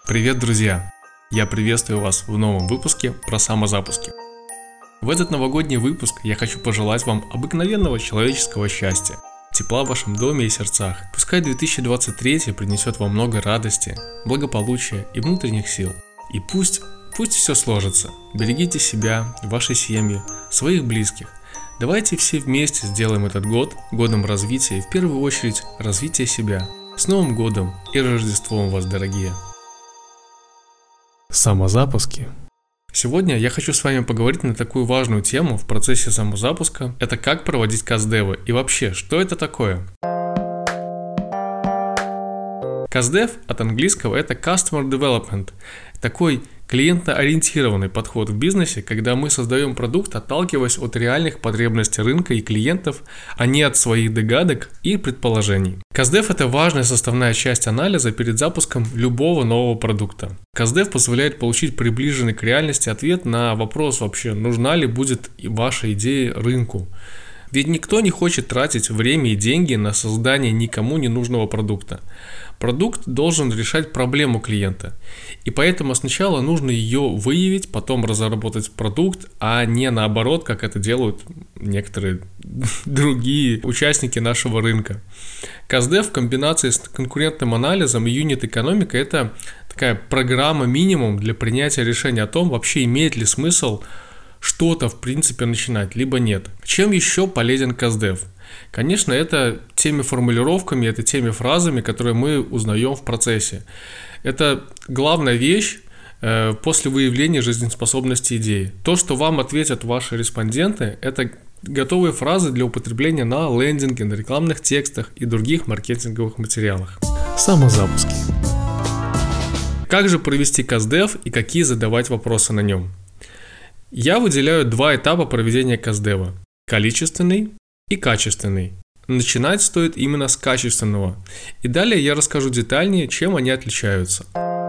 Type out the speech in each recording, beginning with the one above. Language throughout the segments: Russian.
Привет, друзья! Я приветствую вас в новом выпуске про самозапуски. В этот новогодний выпуск я хочу пожелать вам обыкновенного человеческого счастья, тепла в вашем доме и сердцах. Пускай 2023 принесет вам много радости, благополучия и внутренних сил. И пусть все сложится. Берегите себя, ваши семьи, своих близких. Давайте все вместе сделаем этот год годом развития и в первую очередь развития себя. С Новым годом и Рождеством вас, дорогие! Самозапуски. Сегодня я хочу с вами поговорить на такую важную тему в процессе самозапуска. Это как проводить каздевы и вообще, что это такое? Каздев от английского это Customer Development. Такой клиентоориентированный подход в бизнесе, когда мы создаем продукт, отталкиваясь от реальных потребностей рынка и клиентов, а не от своих догадок и предположений. Каздев – это важная составная часть анализа перед запуском любого нового продукта. Каздев позволяет получить приближенный к реальности ответ на вопрос вообще, нужна ли будет ваша идея рынку. Ведь никто не хочет тратить время и деньги на создание никому не нужного продукта. Продукт должен решать проблему клиента. И поэтому сначала нужно ее выявить, потом разработать продукт, а не наоборот, как это делают некоторые другие участники нашего рынка. Каздев в комбинации с конкурентным анализом и юнит-экономикой – это такая программа минимум для принятия решения о том, вообще имеет ли смысл что-то в принципе начинать, либо нет. Чем еще полезен каздев? Конечно, это теми формулировками, это теми фразами, которые мы узнаем в процессе. Это главная вещь после выявления жизнеспособности идеи. То, что вам ответят ваши респонденты, это готовые фразы для употребления на лендинге, на рекламных текстах и других маркетинговых материалах. Самозапуски. Как же провести каздев и какие задавать вопросы на нем? Я выделяю два этапа проведения каздева – количественный и качественный. Начинать стоит именно с качественного. И далее я расскажу детальнее, чем они отличаются.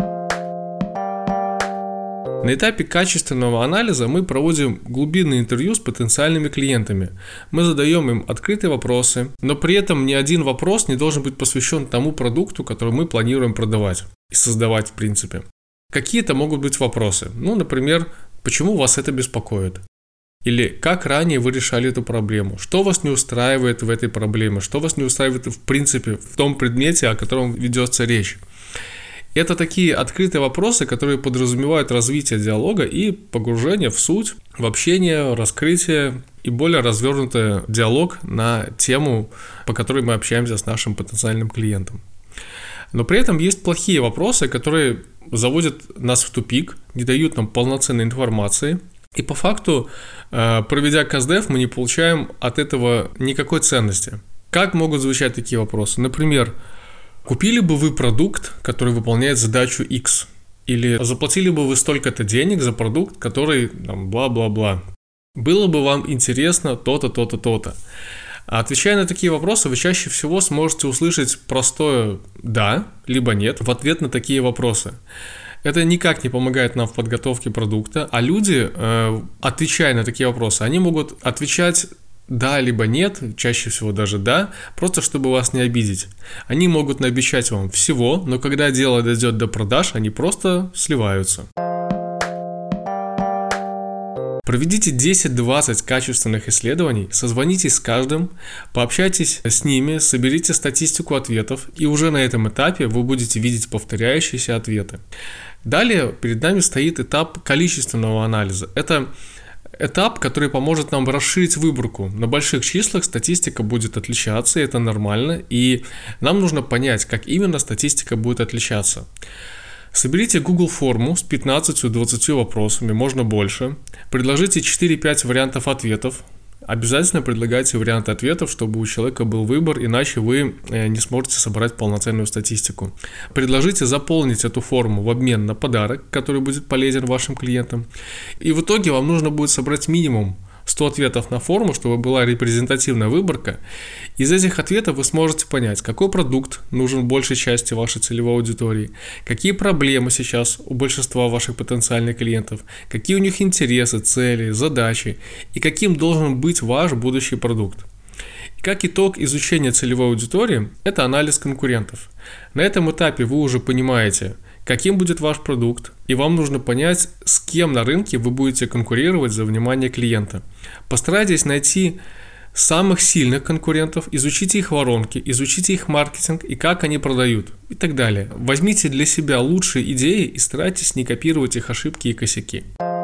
На этапе качественного анализа мы проводим глубинное интервью с потенциальными клиентами. Мы задаем им открытые вопросы, но при этом ни один вопрос не должен быть посвящен тому продукту, который мы планируем продавать и создавать в принципе. Какие-то могут быть вопросы. Например, почему вас это беспокоит? Или как ранее вы решали эту проблему? Что вас не устраивает в этой проблеме? Что вас не устраивает в принципе в том предмете, о котором ведется речь? Это такие открытые вопросы, которые подразумевают развитие диалога и погружение в суть, в общение, раскрытие и более развернутый диалог на тему, по которой мы общаемся с нашим потенциальным клиентом. Но при этом есть плохие вопросы, которые заводят нас в тупик, не дают нам полноценной информации. И по факту, проведя каздев, мы не получаем от этого никакой ценности. Как могут звучать такие вопросы? Например, купили бы вы продукт, который выполняет задачу X? Или заплатили бы вы столько-то денег за продукт, который бла-бла-бла? Было бы вам интересно то-то, то-то, то-то? Отвечая на такие вопросы, вы чаще всего сможете услышать простое «да» либо «нет» в ответ на такие вопросы. Это никак не помогает нам в подготовке продукта, а люди, отвечая на такие вопросы, они могут отвечать «да» либо «нет», чаще всего даже «да», просто чтобы вас не обидеть. Они могут наобещать вам всего, но когда дело дойдет до продаж, они просто сливаются. Проведите 10-20 качественных исследований, созвонитесь с каждым, пообщайтесь с ними, соберите статистику ответов, и уже на этом этапе вы будете видеть повторяющиеся ответы. Далее перед нами стоит этап количественного анализа. Это этап, который поможет нам расширить выборку. На больших числах статистика будет отличаться, это нормально, и нам нужно понять, как именно статистика будет отличаться. Соберите Google форму с 15-20 вопросами, можно больше. Предложите 4-5 вариантов ответов. Обязательно предлагайте варианты ответов, чтобы у человека был выбор, иначе вы не сможете собрать полноценную статистику. Предложите заполнить эту форму в обмен на подарок, который будет полезен вашим клиентам. И в итоге вам нужно будет собрать минимум 100 ответов на форму, чтобы была репрезентативная выборка. Из этих ответов вы сможете понять, какой продукт нужен большей части вашей целевой аудитории, какие проблемы сейчас у большинства ваших потенциальных клиентов, какие у них интересы, цели, задачи и каким должен быть ваш будущий продукт. Как итог изучения целевой аудитории – это анализ конкурентов. На этом этапе вы уже понимаете, каким будет ваш продукт, и вам нужно понять, с кем на рынке вы будете конкурировать за внимание клиента. Постарайтесь найти самых сильных конкурентов, изучите их воронки, изучите их маркетинг и как они продают и так далее. Возьмите для себя лучшие идеи и старайтесь не копировать их ошибки и косяки.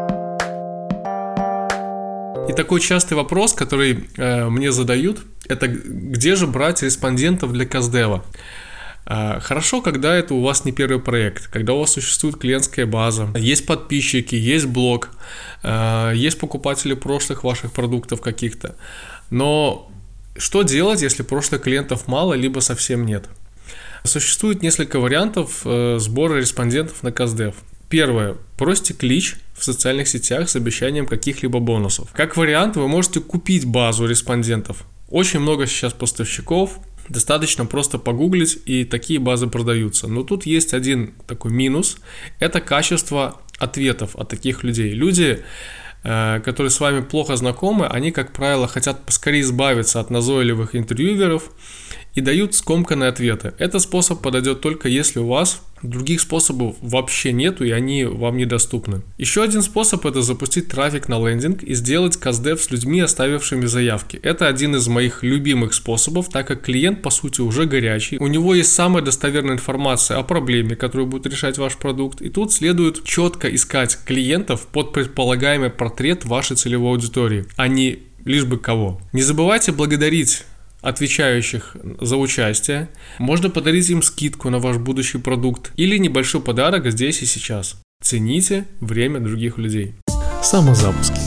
И такой частый вопрос, который мне задают, это где же брать респондентов для Каздева? Хорошо, когда это у вас не первый проект, когда у вас существует клиентская база, есть подписчики, есть блог, есть покупатели прошлых ваших продуктов каких-то. Но что делать, если прошлых клиентов мало, либо совсем нет? Существует несколько вариантов сбора респондентов на Каздев. Первое. Бросьте клич в социальных сетях с обещанием каких-либо бонусов. Как вариант, вы можете купить базу респондентов. Очень много сейчас поставщиков, достаточно просто погуглить, и такие базы продаются. Но тут есть один такой минус. Это качество ответов от таких людей. Люди, которые с вами плохо знакомы, они, как правило, хотят поскорее избавиться от назойливых интервьюеров и дают скомканные ответы. Этот способ подойдет только если у вас других способов вообще нету и они вам недоступны. Еще один способ — это запустить трафик на лендинг и сделать Каздев с людьми, оставившими заявки. Это один из моих любимых способов, так как клиент по сути уже горячий, у него есть самая достоверная информация о проблеме, которую будет решать ваш продукт, и тут следует четко искать клиентов под предполагаемый портрет вашей целевой аудитории, а не лишь бы кого. Не забывайте благодарить отвечающих за участие. Можно подарить им скидку на ваш будущий продукт или небольшой подарок здесь и сейчас. Цените время других людей. Самозапуски.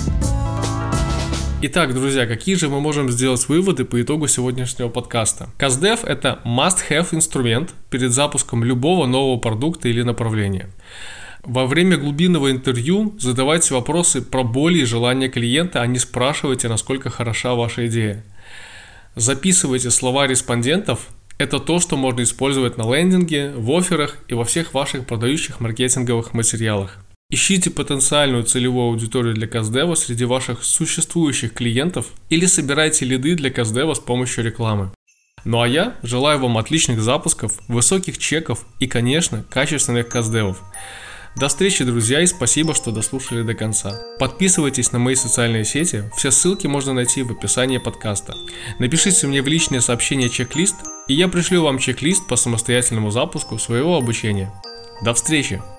Итак, друзья, какие же мы можем сделать выводы по итогу сегодняшнего подкаста? Каздев — это must-have инструмент перед запуском любого нового продукта или направления. Во время глубинного интервью задавайте вопросы про боли и желания клиента, а не спрашивайте, насколько хороша ваша идея. Записывайте слова респондентов. Это то, что можно использовать на лендинге, в офферах и во всех ваших продающих маркетинговых материалах. Ищите потенциальную целевую аудиторию для Каздева среди ваших существующих клиентов или собирайте лиды для Каздева с помощью рекламы. Ну а я желаю вам отличных запусков, высоких чеков и, конечно, качественных Каздевов. До встречи, друзья, и спасибо, что дослушали до конца. Подписывайтесь на мои социальные сети, все ссылки можно найти в описании подкаста. Напишите мне в личные сообщения чек-лист, и я пришлю вам чек-лист по самостоятельному запуску своего обучения. До встречи!